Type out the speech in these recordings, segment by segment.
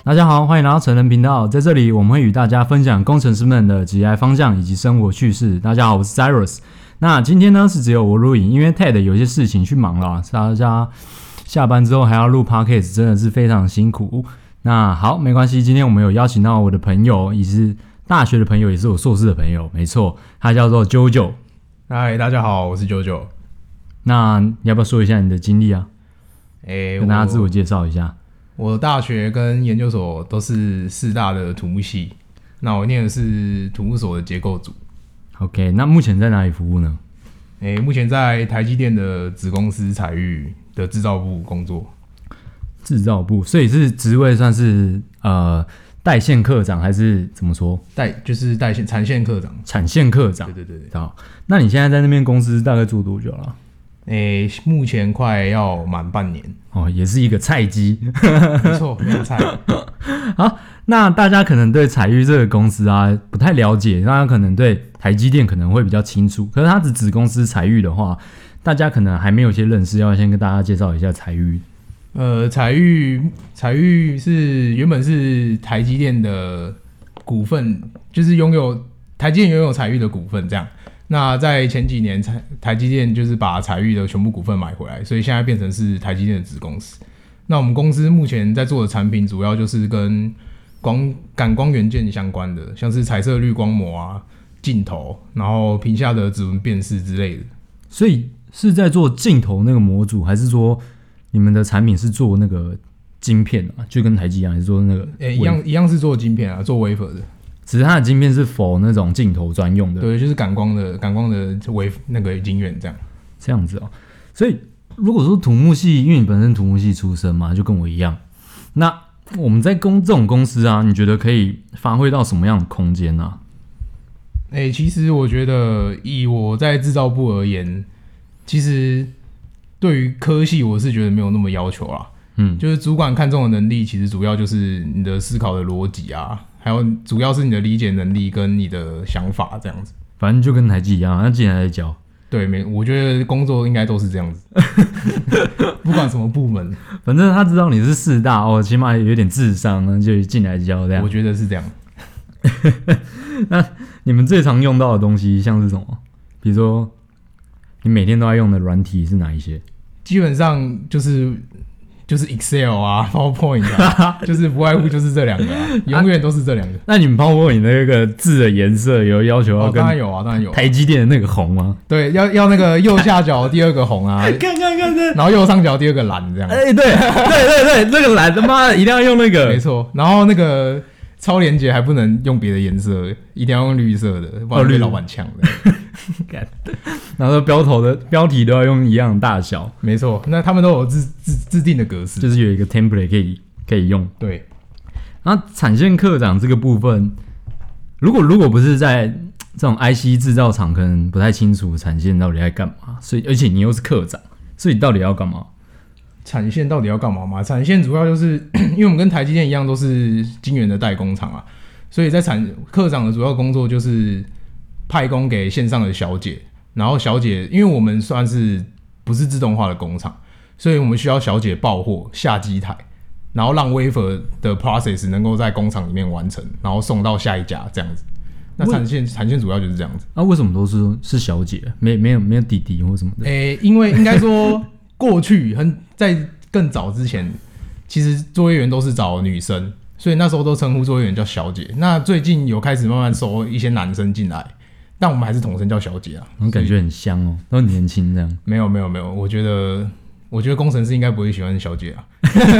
大家好，欢迎来到成人频道，在这里我们会与大家分享工程师们的职业方向以及生活趣事。大家好，我是 Cyrus。那今天呢是只有我录影，因为 Ted 有些事情去忙了，大家下班之后还要录 Podcast， 真的是非常辛苦。那好，没关系，今天我们有邀请到我的朋友，也是大学的朋友，也是我硕士的朋友，没错，他叫做 JoJo。 嗨，大家好，我是 JoJo。 那你要不要说一下你的经历啊？跟大家自我介绍一下。 我大学跟研究所都是四大的土木系，那我念的是土木所的结构组。 OK， 那目前在哪里服务呢？ 目前在台积电的子公司采育的制造部工作。 制造部，所以是职位算是代线科长还是怎么说？ 就是产线科长。 产线科长。 对。 好，那你现在在那边公司大概做多久了？ 目前快要满半年哦，也是一个菜鸡， 没错，没有菜。 好，那大家可能对采育这个公司啊不太了解，大家可能对台积电可能会比较清楚，可是它的子公司采育的话，大家可能还没有些认识，要先跟大家介绍一下采育。 采育是原本是台积电的股份，就是台积电拥有采育的股份这样。那在前几年，台积电就是把采育的全部股份买回来，所以现在变成是台积电的子公司。那我们公司目前在做的产品，主要就是跟感光元件相关的，像是彩色滤光膜啊、镜头，然后屏下的指纹辨识之类的。 所以是在做镜头那个模组，还是说你们的产品是做那个晶片啊？就跟台积一样，还是做那个？ 一样是做晶片啊，做 wafer 的。 只是它的晶片是否那种镜头专用的？ 对，就是感光的那个晶圆这样子哦。所以如果说土木系，因为你本身土木系出身嘛，就跟我一样，那我们在这种公司啊，你觉得可以发挥到什么样的空间呢？ 其实我觉得以我在制造部而言，其实对于科系我是觉得没有那么要求啦。就是主管看重的能力，其实主要就是你的思考的逻辑啊，还有主要是你的理解能力跟你的想法这样子。 反正就跟台积一样，那既然在教， 对，我觉得工作应该都是这样子，不管什么部门， 反正他知道你是四大哦，起码有点智商，就进来教这样。 我觉得是这样。 那你们最常用到的东西像是什么？比如说你每天都在用的软体是哪一些？ 基本上就是 Excel 啊 PowerPoint 啊，就是不外乎就是这两个啊，永远都是这两个。 那你们 PowerPoint 那个字的颜色有要求要跟？ 当然有啊。 台积电的那个红吗？ 对，要那个右下角第二个红啊， 看， 然后右上角第二个蓝这样。 对，这个蓝他妈的一定要用那个， 没错。然后那个超连结还不能用别的颜色，一定要用绿色的，不然被老板抢的。 然后标题都要用一样的大小， 没错。那他们都有制定的格式， 就是有一个 template 可以用。 对。 然后产线科长这个部分，如果不是在这种 IC 制造厂，可能不太清楚产线到底在干嘛。所以，而且你又是科长，所以到底要干嘛？ 产线到底要干嘛嘛？产线主要就是因为我们跟台积电一样，都是晶圆的代工厂啊，所以在科长的主要工作就是派工给线上的小姐。然后小姐，因为我们算是不是自动化的工厂，所以我们需要小姐报货、下机台，然后让 wafer 的 process 能够在工厂里面完成，然后送到下一家这样子。那产线主要就是这样子。 为什么都是小姐？没有弟弟或什么的？ 因为应该说过去在更早之前，其实作业员都是找女生，所以那时候都称呼作业员叫小姐。那最近有开始慢慢收一些男生进来。但我们还是统称叫小姐啊， 感觉很香哦，都很年轻这样。 没有，我觉得工程师应该不会喜欢小姐啊，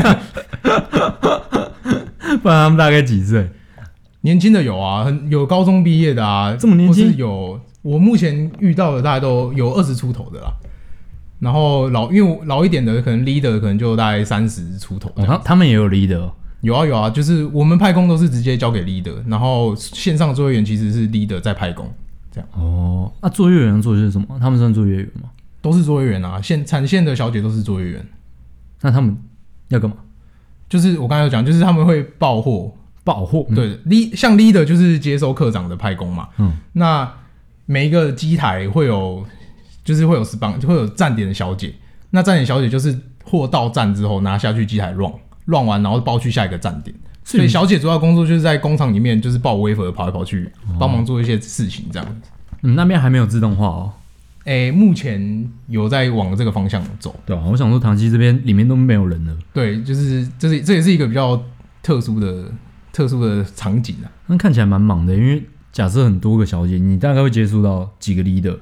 不然他们大概几岁？ 年轻的有啊，有高中毕业的啊， 这么年轻？ 或是我目前遇到的大概都有20出头的啦。然后因为老一点的可能 leader 可能就大概30出头。 他们也有 leader。 有啊，就是我们派工都是直接交给 leader， 然后线上作业员其实是 leader 在派工。这样那作业员做的是什么？他们算作业员吗？ 都是作业员啊，产线的小姐都是作业员。 那他们要干嘛？ 就是我刚才有讲，就是他们会报货。对，像 leader 就是接收科长的派工嘛。那每一个机台会有站点的小姐，那站点小姐就是货到站之后拿下去机台 run完，然后包去下一个站点。 所以小姐主要工作就是在工厂里面就是抱 wafer 跑来跑去，帮忙做一些事情这样子。 那边还没有自动化哦。 目前有在往这个方向走。 对啊，我想说唐基这边里面都没有人了。 对，就是这也是一个比较特殊的场景啊。 那看起来蛮忙的，因为假设很多个小姐，你大概会接触到几个 leader？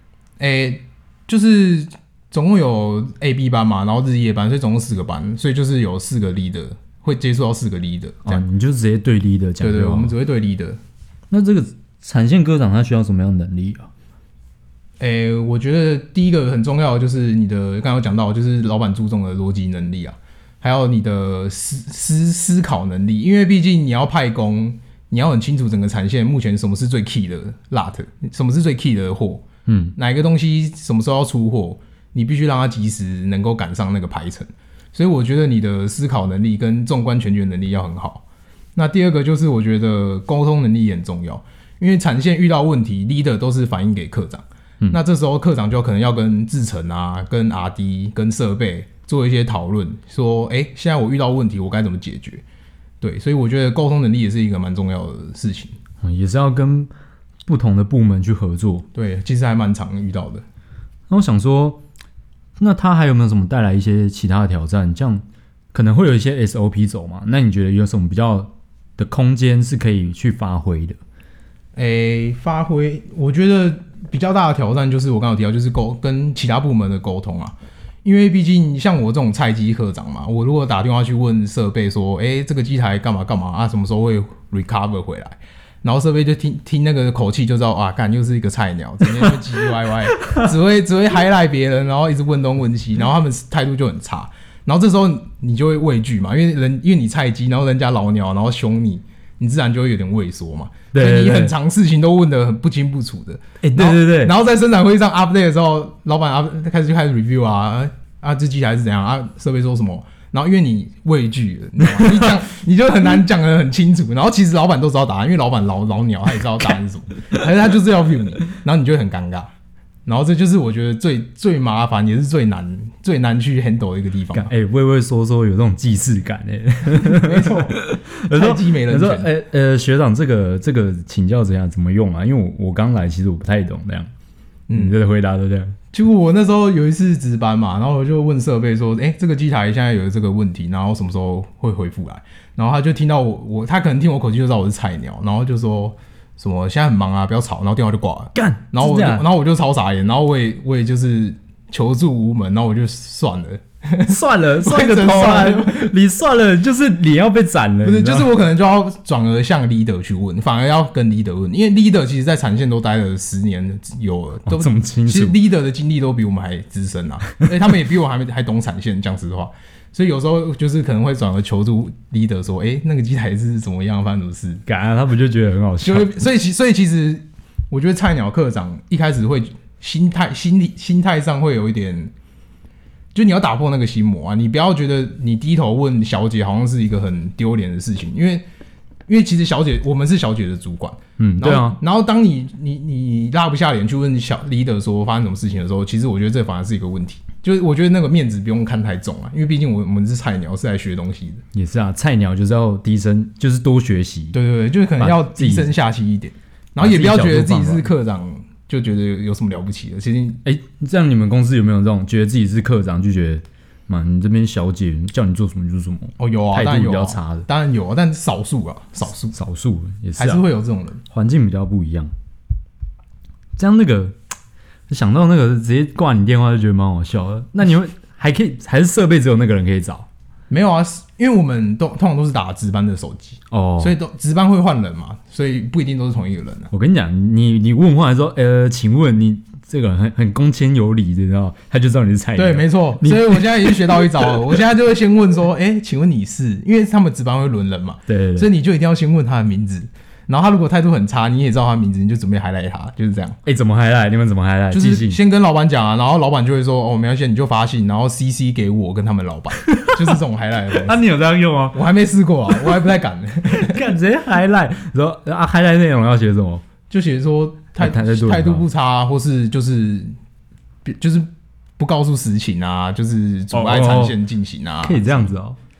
就是总共有 A、B 班嘛，然后日夜班，所以总共4个班，所以就是有4个 leader， 会接触到4个 leader。这样， 你就直接对 leader 讲。 对，我们只会对 leader。 那这个产线科长他需要什么样的能力啊？ 我觉得第一个很重要的就是你的刚刚有讲到，就是老板注重的逻辑能力啊，还有你的思考能力，因为毕竟你要派工，你要很清楚整个产线目前什么是最 key 的 lot， 什么是最 key 的货，哪一个东西什么时候要出货，你必须让它及时能够赶上那个排程。所以我觉得你的思考能力跟纵观全局能力要很好。那第二个就是我觉得沟通能力也很重要，因为产线遇到问题 ，leader 都是反映给科长。那这时候科长就可能要跟制程啊、跟 RD、跟设备做一些讨论，说，现在我遇到问题，我该怎么解决？对，所以我觉得沟通能力也是一个蛮重要的事情， 也是要跟不同的部门去合作。 对，其实还蛮常遇到的。 那我想说，那他还有没有什么带来一些其他的挑战？这样可能会有一些 SOP 走嘛？那你觉得有什么比较的空间是可以去发挥的？ 发挥，我觉得比较大的挑战就是我刚刚有提到，就是跟其他部门的沟通啊。因为毕竟像我这种菜鸡科长嘛，我如果打电话去问设备说，这个机台干嘛干嘛啊，什么时候会 recover 回来？然后设备就听那个口气就知道啊，干又是一个菜鸟，整天就唧唧歪歪，只会highlight别人，然后一直问东问西，然后他们态度就很差。然后这时候你就会畏惧嘛，因为你菜鸡，然后人家老鸟，然后凶你，你自然就会有点畏缩嘛。 对， 所以你很长事情都问得很不清不楚的。 对。 然后在生产会议上 update 的时候，老板开始 review 这机台是怎样啊？设备说什么？然后因为你畏惧了，你知道吗？你讲你就很难讲得很清楚。然后其实老板都知道答案，因为老板老鸟他也知道答案是什么，可是他就是要 view 你，然后你就会很尴尬。然后这就是我觉得最麻烦也是最难去 handle 的一个地方。 畏缩有这种既视感没错。菜鸡没人权。 学长这个请教怎么用啊？因为我刚来，其实我不太懂这样。你的回答都这样。 就我那时候有一次值班嘛，然后我就问设备说，这个机台现在有这个问题，然后什么时候会恢复来？然后他就听到他可能听我口气就知道我是菜鸟，然后就说什么现在很忙啊，不要吵，然后电话就挂了。 干， 然后我就超傻眼，然后我也就是求助无门，然后我就算了个头啊！你算了，就是你要被斩了。 不是，就是我可能就要转而向 leader 去问，反而要跟 leader 问，因为 leader 其实在产线都待了10年有了，都这么清楚。 其实 leader 的经历都比我们还资深啊，所以他们也比我还懂产线，讲实话。所以有时候就是可能会转而求助 leader 说，那个机台是怎么样，发生什么事？ 他不就觉得很好笑？ 所以其实我觉得菜鸟科长一开始会心态上会有一点。就你要打破那个心魔啊！你不要觉得你低头问小姐好像是一个很丢脸的事情，因为其实小姐我们是小姐的主管， 对啊。 然后当你拉不下脸去问小 leader 说发生什么事情的时候，其实我觉得这反而是一个问题。就是我觉得那个面子不用看太重啊，因为毕竟我们是菜鸟，是来学东西的。 也是啊，菜鸟就是要低声，就是多学习。 对，就是可能要低声下气一点，然后也不要觉得自己是科长。就觉得有什么了不起的？其实， 这样你们公司有没有这种觉得自己是科长就觉得，你这边小姐叫你做什么就做什么？ 有啊， 态度比较差的， 当然有啊，但少数也是还是会有这种人， 环境比较不一样。这样想到那个直接挂你电话就觉得蛮好笑的。那你会还是设备只有那个人可以找？ 没有啊，因为我们通常都是打值班的手机所以值班会换人嘛，所以不一定都是同一个人啊。 我跟你讲，你问话来说，请问你这个人很恭谦有礼，你知道，他就知道你是菜鸟。 对，没错。所以我现在已经学到一招了，我现在就会先问说，请问你是？因为他们值班会轮人嘛， 对， 所以你就一定要先问他的名字。然后他如果态度很差，你也知道他名字，你就准备highlight他，就是这样。 怎么highlight？你们怎么highlight？ 就是先跟老板讲啊，然后老板就会说，没关系，你就发信，然后 CC 给我跟他们老板，就是这种highlight的东西。 你有这样用吗？ 我还没试过啊，我还不太敢。 敢直接highlight，说highlight 内容要写什么？ 就写说态度不差，或是就是不告诉实情啊，就是阻碍产线进行啊， 可以这样子哦。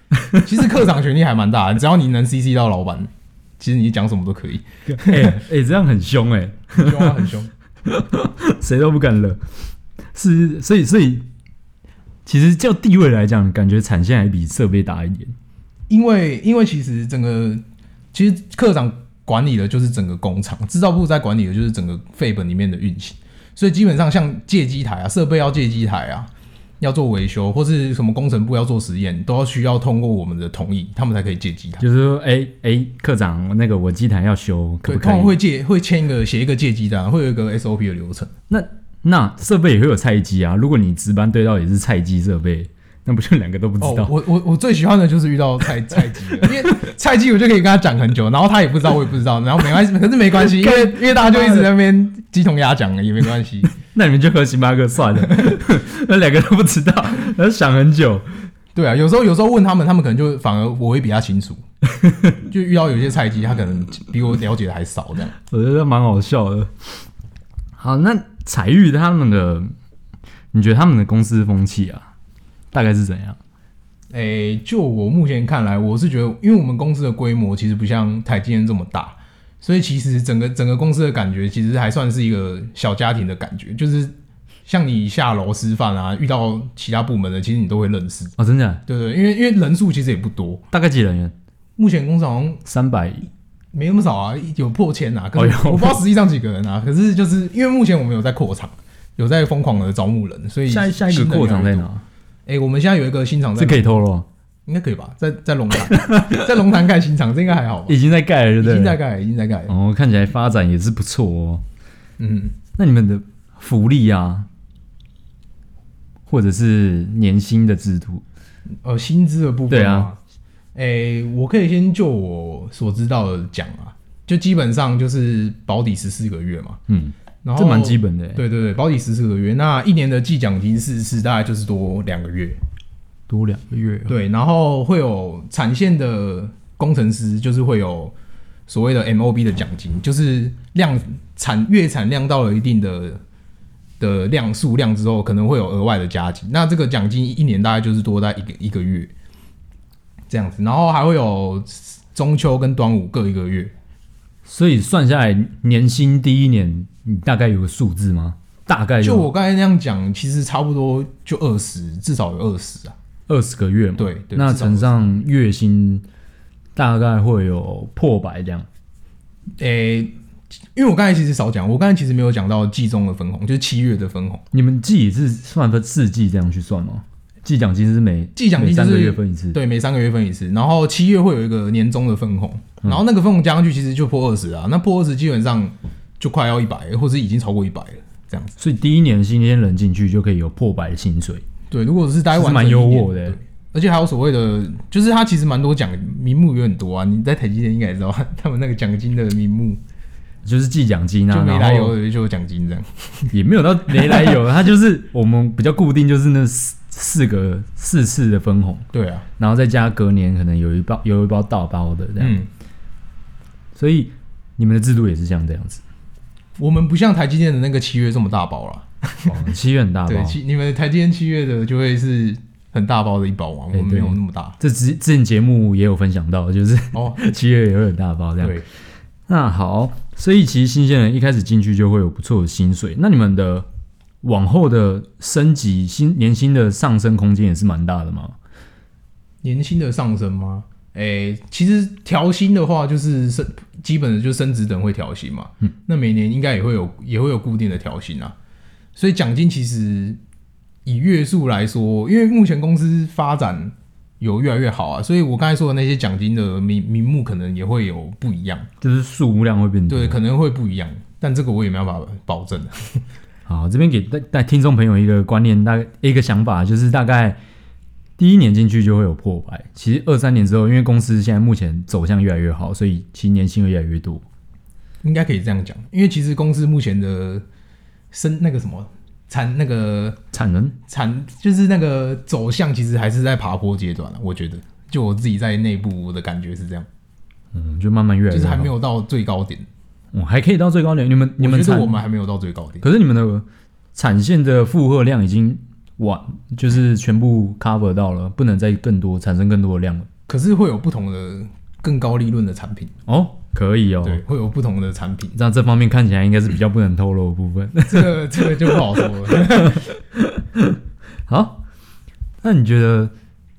其实课长权力还蛮大的，只要你能 CC 到老板，其实你讲什么都可以。 这样很凶很凶啊，很凶， 谁都不敢惹。所以，其实就地位来讲，感觉产线还比设备大一点。 因为其实其实课长管理的就是整个工厂，制造部在管理的就是整个废本里面的运行，所以基本上像借机台啊，设备要借机台啊，要做维修，或是什么工程部要做实验，都要需要通过我们的同意，他们才可以借机台。 就是说，课长，那个我机台要修，可不可以？ 通常会写一个借机单，会有一个 SOP 的流程。 那设备也会有菜鸡啊，如果你值班对到也是菜鸡设备，那不就两个都不知道？ 我最喜欢的就是遇到菜鸡了，因为菜鸡我就可以跟他讲很久，然后他也不知道，我也不知道，然后没关系，可是没关系，因为大家就一直在那边鸡同鸭讲了，也没关系。 那你们就喝星巴克算了，那两个都不知道，然后想很久。 对啊，有时候问他们可能就反而我会比他清楚，就遇到有些菜鸡，他可能比我了解的还少，这样我觉得蛮好笑的。好，那彩玉他们的，你觉得他们的公司风气啊，大概是怎样？ 就我目前看来，我是觉得，因为我们公司的规模其实不像台积电这么大，所以其实整个公司的感觉其实还算是一个小家庭的感觉，就是像你下楼吃饭啊，遇到其他部门的，其实你都会认识。 哦，真的？ 对，因为人数其实也不多， 大概几人员？ 目前公司好像 300。 没那么少啊，有破千啊，可是我不知道实际上几个人啊。可是就是因为目前我们有在扩厂，有在疯狂的招募人，所以下一个扩厂在哪？ 我们现在有一个新厂在， 这可以透露？ 应该可以吧？在龙潭，在龙潭盖新厂，这应该还好吧？ 已经在盖了，对不对？ 已经在盖了。 哦，看起来发展也是不错哦。那你们的福利啊，或者是年薪的制度？ 薪资的部分对啊。 我可以先就我所知道的讲啊，就基本上就是保底14个月嘛，然后这蛮基本的。 对，保底14个月，那一年的季奖金是大概就是多2个月， 多2个月。 对，然后会有产线的工程师，就是会有所谓的 MOB 的奖金，就是月产量到了一定的数量之后，可能会有额外的加金，那这个奖金一年大概就是多在一个月。这样子，然后还会有中秋跟端午各1个月， 所以算下来年薪第一年，你大概有个数字吗？大概就我刚才那样讲，其实差不多就20，至少有20啊 ，20个月嘛。 对， 那乘上月薪大概会有破100这样。 因为我刚才其实少讲，我刚才其实没有讲到季中的分红，就是7月的分红。 你们季是算分4季这样去算吗？季奖金是每3个月分一次， 对，每3个月分一次。然后7月会有一个年终的分红，然后那个分红加上去，其实就破20啊。那破20基本上就快要100，或者已经超过100了，这样子。 所以第一年新鲜人进去就可以有破100的薪水。 对，如果是待完， 蛮优渥的。 而且还有所谓的，就是他其实蛮多名目有很多啊。你在台积电应该也知道，他们那个奖金的名目就是季奖金啊， 就没来由的就有奖金这样， 也没有到没来由，它就是我们比较固定，就是那4次的分红， 对啊， 然后再加隔年可能有一包大包的这样，所以你们的制度也是像这样子。 我们不像台积电的那个7月这么大包啦 ，7月很大包， 对，你们台积电7月的就会是很大包的一包嘛，我们没有那么大。 这之前节目也有分享到，就是7月也会很大包这样。 对， 那好，所以其实新鲜人一开始进去就会有不错的薪水，那你们的往后的升级年薪的上升空间也是蛮大的吗？ 年薪的上升吗？其实调薪的话，就是基本的就升职等会调薪嘛。那每年应该也会有固定的调薪啊。所以奖金其实以月数来说，因为目前公司发展有越来越好啊，所以我刚才说的那些奖金的名目可能也会有不一样， 就是数目量会变多， 对，可能会不一样，但这个我也没办法保证。 好，这边给带听众朋友一个观念，大概一个想法，就是大概第一年进去就会有破100，其实2-3年之后，因为公司现在目前走向越来越好，所以其实年薪会越来越多， 应该可以这样讲。因为其实公司目前的那个什么产能就是那个走向，其实还是在爬坡阶段我觉得，就我自己在内部的感觉是这样， 就慢慢越来越好， 就是还没有到最高点。 还可以到最高点。你们我觉得我们还没有到最高点。 可是你们的产线的负荷量已经就是全部 cover 到了，不能再产生更多的量了。 可是会有不同的更高利润的产品哦，可以哦， 对，会有不同的产品。 那这方面看起来应该是比较不能透露的部分。 这个就不好说了。 好，那你觉得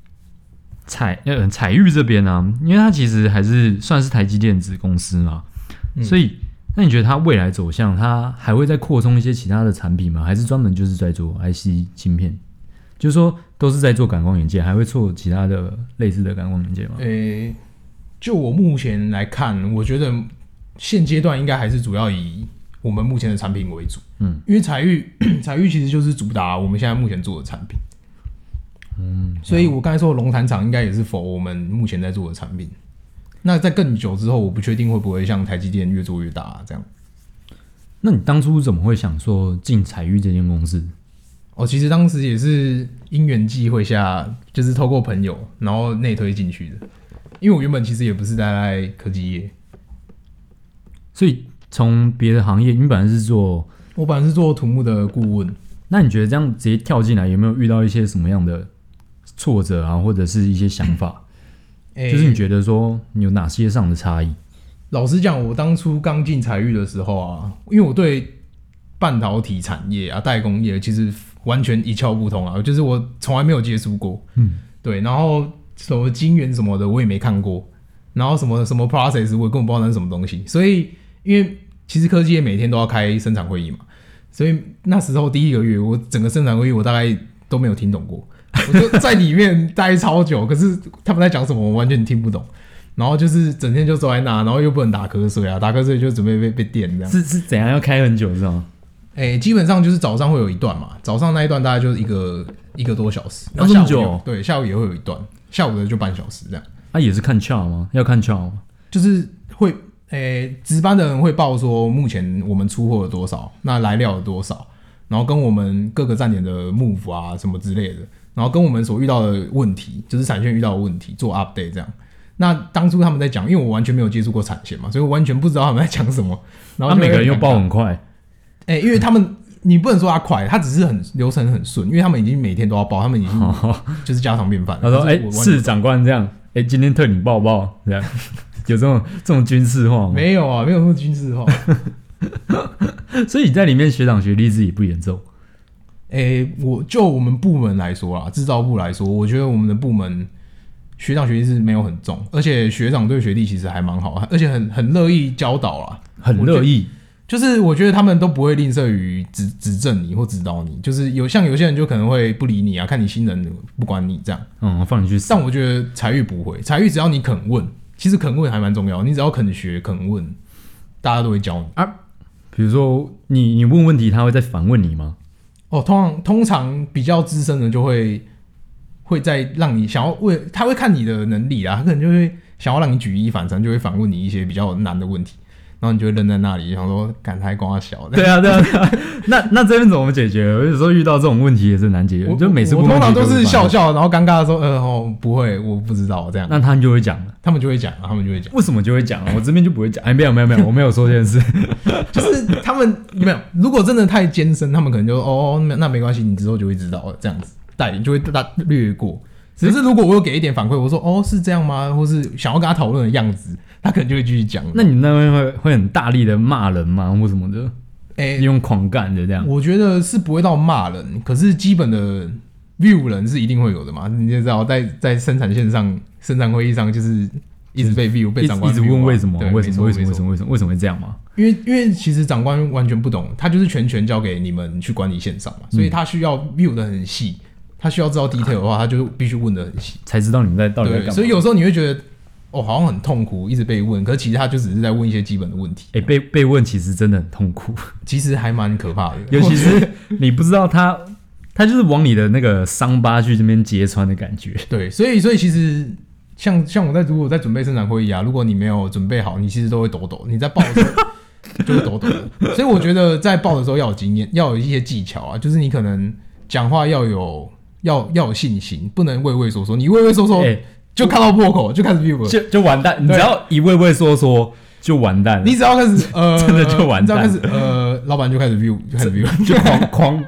彩玉这边啊，因为它其实还是算是台积电子公司嘛，所以那你觉得它未来走向，它还会再扩充一些其他的产品吗？还是专门就是在做 IC 晶片？就是说都是在做感光元件，还会做其他的类似的感光元件吗？ 就我目前来看，我觉得现阶段应该还是主要以我们目前的产品为主。因为彩玉其实就是主打我们现在目前做的产品。所以我刚才说的龙潭厂应该也是 for 我们目前在做的产品。那在更久之后，我不确定会不会像台积电越做越大这样。 那你当初怎么会想说进彩玉这间公司？ 其实当时也是因缘际会下，就是透过朋友，然后内推进去的。因为我原本其实也不是待在科技业， 所以从别的行业，我本来是做土木的顾问。那你觉得这样直接跳进来，有没有遇到一些什么样的挫折啊，或者是一些想法？就是你觉得说你有哪些上的差异？ 老实讲，我当初刚进彩玉的时候啊，因为我对半导体产业啊、代工业其实完全一窍不通啊，就是我从来没有接触过。对，然后什么晶圆什么的我也没看过，然后什么 process 我也根本不知道那是什么东西。所以因为其实科技业每天都要开生产会议嘛，所以那时候第一个月我整个生产会议我大概都没有听懂过，我就在里面待超久，可是他们在讲什么我完全听不懂。然后就是整天就坐在那，然后又不能打瞌睡啊，打瞌睡就准备被电这样。 是怎样要开很久是吗？ 基本上就是早上会有一段嘛，早上那一段大概就是一个多小时， 要这么久？ 对，下午也会有一段，下午的就半小时这样。 也是看 chart 吗？要看 chart 吗？ 就是会值班的人会报说目前我们出货了多少，那来料有多少，然后跟我们各个站点的 move 啊什么之类的，然后跟我们所遇到的问题，就是产线遇到的问题做 update 这样。那当初他们在讲，因为我完全没有接触过产线嘛，所以我完全不知道他们在讲什么。然后每个人又报很快， 因为他们你不能说他快，他只是流程很顺，因为他们已经每天都要报，他们已经就是家常便饭。 他说：“是长官这样，今天特领报这样，有这种军事化吗？” 没有啊，没有那么军事化。 所以你在里面学长学弟自己不严重。 我们部门来说啦，制造部来说，我觉得我们的部门学长学弟是没有很重，而且学长对学弟其实还蛮好，而且很乐意教导啦， 很乐意。 就是我觉得他们都不会吝啬于指正你或指导你，就是像有些人就可能会不理你啊，看你新人不管你这样， 放你去死。 但我觉得彩玉不会，彩玉只要你肯问，其实肯问还蛮重要，你只要肯学肯问，大家都会教你啊。比如说你问问题，他会再反问你吗？ 通常比较资深的就会再让你想要他会看你的能力啦，他可能就会想要让你举一反三，就会反问你一些比较难的问题，然后你就会愣在那里，想说干他还光他小的。 对啊。那这边怎么解决？我有时候遇到这种问题也是难解决，就每次我通常都是笑笑，然后尴尬的说不会，我不知道这样。 那他们就会讲了， 他们就会讲。 为什么就会讲啊？我这边就不会讲。没有，我没有说这件事。 就是他们没有，如果真的太艰深，他们可能就那没关系，你之后就会知道了，这样子带领就会略过。只是如果我有给一点反馈，我说是这样吗？或是想要跟他讨论的样子，他可能就会继续讲。 那你那边会很大力的骂人吗？或什么的？用狂干的这样？ 我觉得是不会到骂人，可是基本的 view 人是一定会有的嘛。你就知道在生产线上、生产会议上，就是一直被 view 被长官 view 一直问为什么会这样吗？ 因为其实长官完全不懂，他就是全权交给你们去管理线上嘛，所以他需要 view 的很细。他需要知道 detail 的话，他就必须问得很细， 才知道你们到底在干嘛。 所以有时候你会觉得，好像很痛苦，一直被问，可是其实他就只是在问一些基本的问题。 被问其实真的很痛苦， 其实还蛮可怕的。 尤其是你不知道他就是往你的那个伤疤去这边揭穿的感觉。 对，所以其实像如果在准备生产会议啊，如果你没有准备好，你其实都会抖抖。你在报的时候就会抖抖的。所以我觉得在报的时候要有经验，要有一些技巧啊，就是你可能讲话要有信心，不能畏畏缩缩。你畏畏缩缩，就看到破口，就开始 view 就完蛋。你只要一畏畏缩缩，就完蛋了。 你只要开始真的就完蛋。 你只要开始老板就开始 view， 就开始 view， 就狂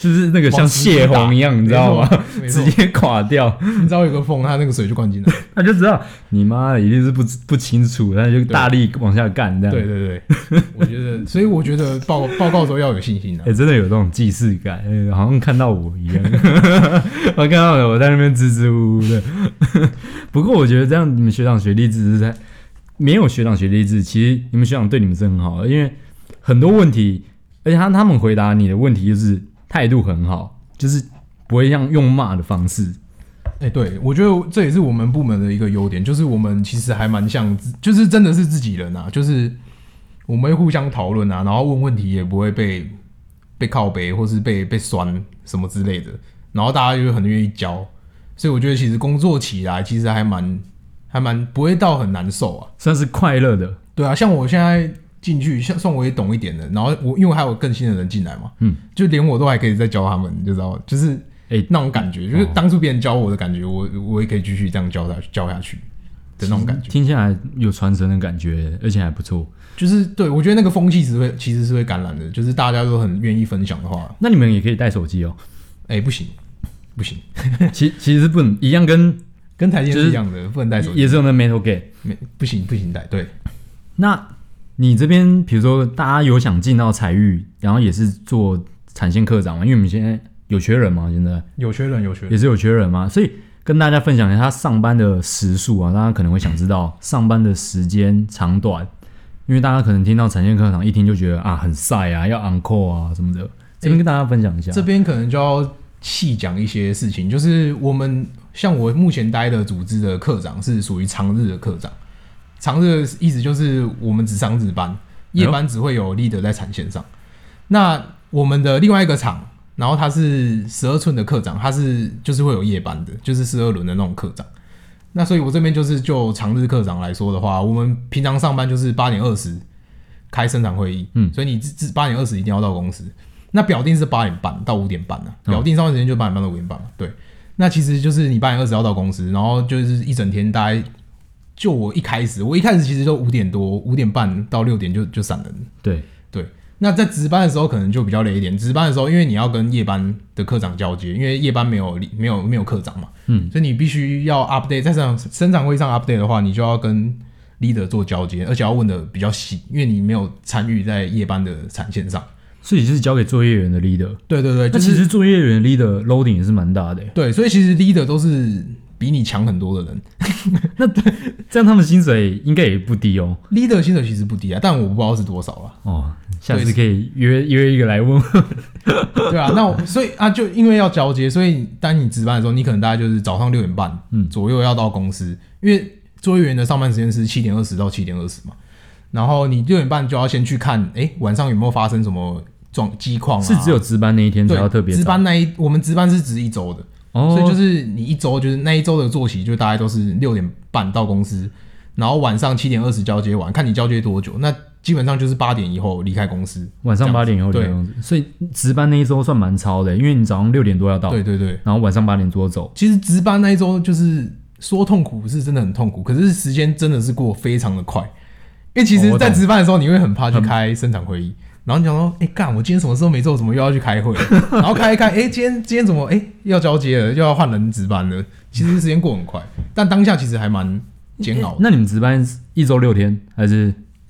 就是那个像泄洪一样，你知道吗？直接垮掉。 你知道有个缝，它那个水就灌进来， 他就知道你妈的一定是不清楚，他就大力往下干这样。 对对对，我觉得，所以我觉得报告的时候要有信心的。 真的有这种既视感，好像看到我一样。我看到我在那边支支吾吾的。不过我觉得这样，你们学长学弟制是在没有学长学弟制，其实你们学长对你们是很好的，因为很多问题，而且他们回答你的问题就是态度很好，就是不会像用骂的方式。 对，我觉得这也是我们部门的一个优点，就是我们其实还蛮像，就是真的是自己人啊，就是我们会互相讨论啊，然后问问题也不会被靠北或是被酸什么之类的，然后大家就很愿意教，所以我觉得其实工作起来其实还蛮不会到很难受啊， 算是快乐的。 对啊，像我现在进去，算我也懂一点的，然后因为还有更新的人进来嘛，就连我都还可以再教他们，你就知道，就是那种感觉，就是当初别人教我的感觉，我也可以继续这样教下去的那种感觉。 听下来有传承的感觉，而且还不错。 就是对我觉得那个风气其实是会感染的，就是大家都很愿意分享的话。 那你们也可以带手机哦。 不行， 其实是不能一样跟台积电是一样的，不能带手机， 也是有那 Metal Gate， 不行带。对， 那你这边比如说大家有想进到采育，然后也是做产线科长嘛？因为我们现在有缺人嘛，现在有缺人， 也是有缺人嘛，所以跟大家分享一下他上班的时数啊，大家可能会想知道上班的时间长短，因为大家可能听到产线科长一听就觉得啊很晒啊，要 on call 啊什么的，这边跟大家分享一下。 这边可能就要细讲一些事情，就是像我目前待的组织的科长是属于长日的科长，长日的意思就是我们只上日班，夜班只会有 leader 在产线上。那我们的另外一个厂，然后他是12寸的科长，他就是会有夜班的，就是12轮的那种科长。那所以我这边就长日科长来说的话，我们平常上班就是8点20开生产会议，所以你8点20一定要到公司。那表定是8点半到5点半啊，表定上班时间就8点半到5点半嘛，对。那其实就是你8点20要到公司，然后就是一整天大概，就我一开始其实就5点多5点半到6点就散人， 对。 那在值班的时候可能就比较累一点，值班的时候因为你要跟夜班的科长交接，因为夜班没有科长嘛，所以你必须要 update， 在生产会上 update 的话，你就要跟 leader 做交接，而且要问的比较细，因为你没有参与在夜班的产线上。 所以是交给作业员的 leader。 对， 那其实作业员的 leader loading 也是蛮大的。 对，所以其实 leader 都是比你强很多的人。 那这样他们薪水应该也不低哦。 leader 薪水其实不低啊，但我不知道是多少啊。 哦，下次可以约一个来问。 对啊，那所以啊，就因为要交接，所以当你值班的时候，你可能大概就是早上6点半左右要到公司，因为作业员的上班时间是7点20到7点20嘛。然后你6点半就要先去看，晚上有没有发生什么机况啊？ 是只有值班那一天才要特别早。 值班我们值班是值1周的，所以就是你一周就是那一周的作息，就大概都是6点半到公司，然后晚上7点20交接完，看你交接多久，那基本上就是8点以后离开公司。 晚上8点以后离开公司，所以值班那一周算蛮超的，因为你早上6点多要到， 对， 然后晚上8点多走。 其实值班那一周就是说痛苦是真的很痛苦，可是时间真的是过非常的快。因为其实，在值班的时候，你会很怕去开生产会议，然后你想说，干，我今天什么事都没做，怎么又要去开会？然后开一开，今天怎么，要交接了，又要换人值班了？其实时间过很快，但当下其实还蛮煎熬的。 那你们值班1周6天还是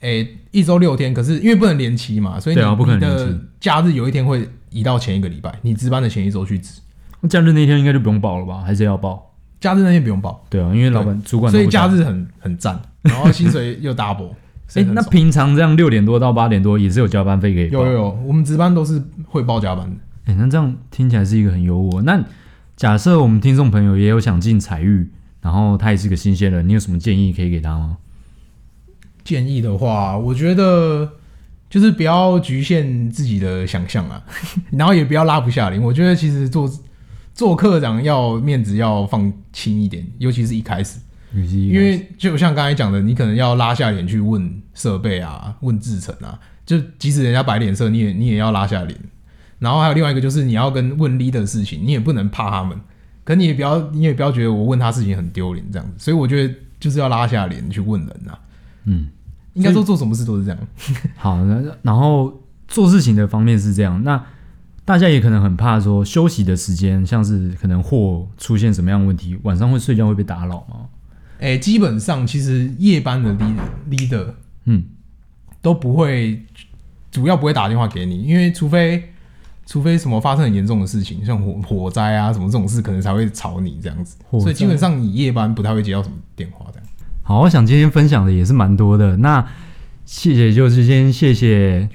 ？1周6天，可是因为不能连期嘛，所以你的假日有一天会移到前一个礼拜，你值班的前一周去值。 假日那天应该就不用报了吧？还是要报？ 假日那天不用报。 对啊，因为老板主管， 所以假日很赞，然后薪水又 double。 那平常这样6点多到8点多也是有加班费可以报？ 有，我们值班都是会报加班的。 那这样听起来是一个很优渥。那假设我们听众朋友也有想进采育，然后他也是个新鲜人，你有什么建议可以给他吗？ 建议的话，我觉得就是不要局限自己的想象啊，然后也不要拉不下脸。我觉得其实做科长面子要放轻一点，尤其是一开始。因为就像刚才讲的，你可能要拉下脸去问设备啊，问制程啊，就即使人家摆脸色，你也要拉下脸。然后还有另外一个就是你要跟问 leader 的事情，你也不能怕他们，可你也不要觉得我问他事情很丢脸这样子。所以我觉得就是要拉下脸去问人啊。应该说做什么事都是这样。 好，然后做事情的方面是这样。那大家也可能很怕说休息的时间，像是可能货出现什么样的问题，晚上会睡觉会被打扰吗？ 基本上其实夜班的 leader 都不会，主要不会打电话给你，因为除非什么发生很严重的事情，像火灾啊什么这种事，可能才会吵你这样子。所以基本上你夜班不太会接到什么电话这样。 好，我想今天分享的也是蛮多的。那就是先谢谢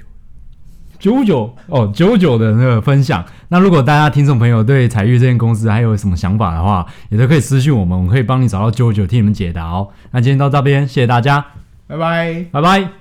99的那个分享。那如果大家听众朋友对彩玉这间公司还有什么想法的话，也都可以私讯我们，我们可以帮你找到99替你们解答哦。那今天到这边，谢谢大家， 拜拜， 拜拜。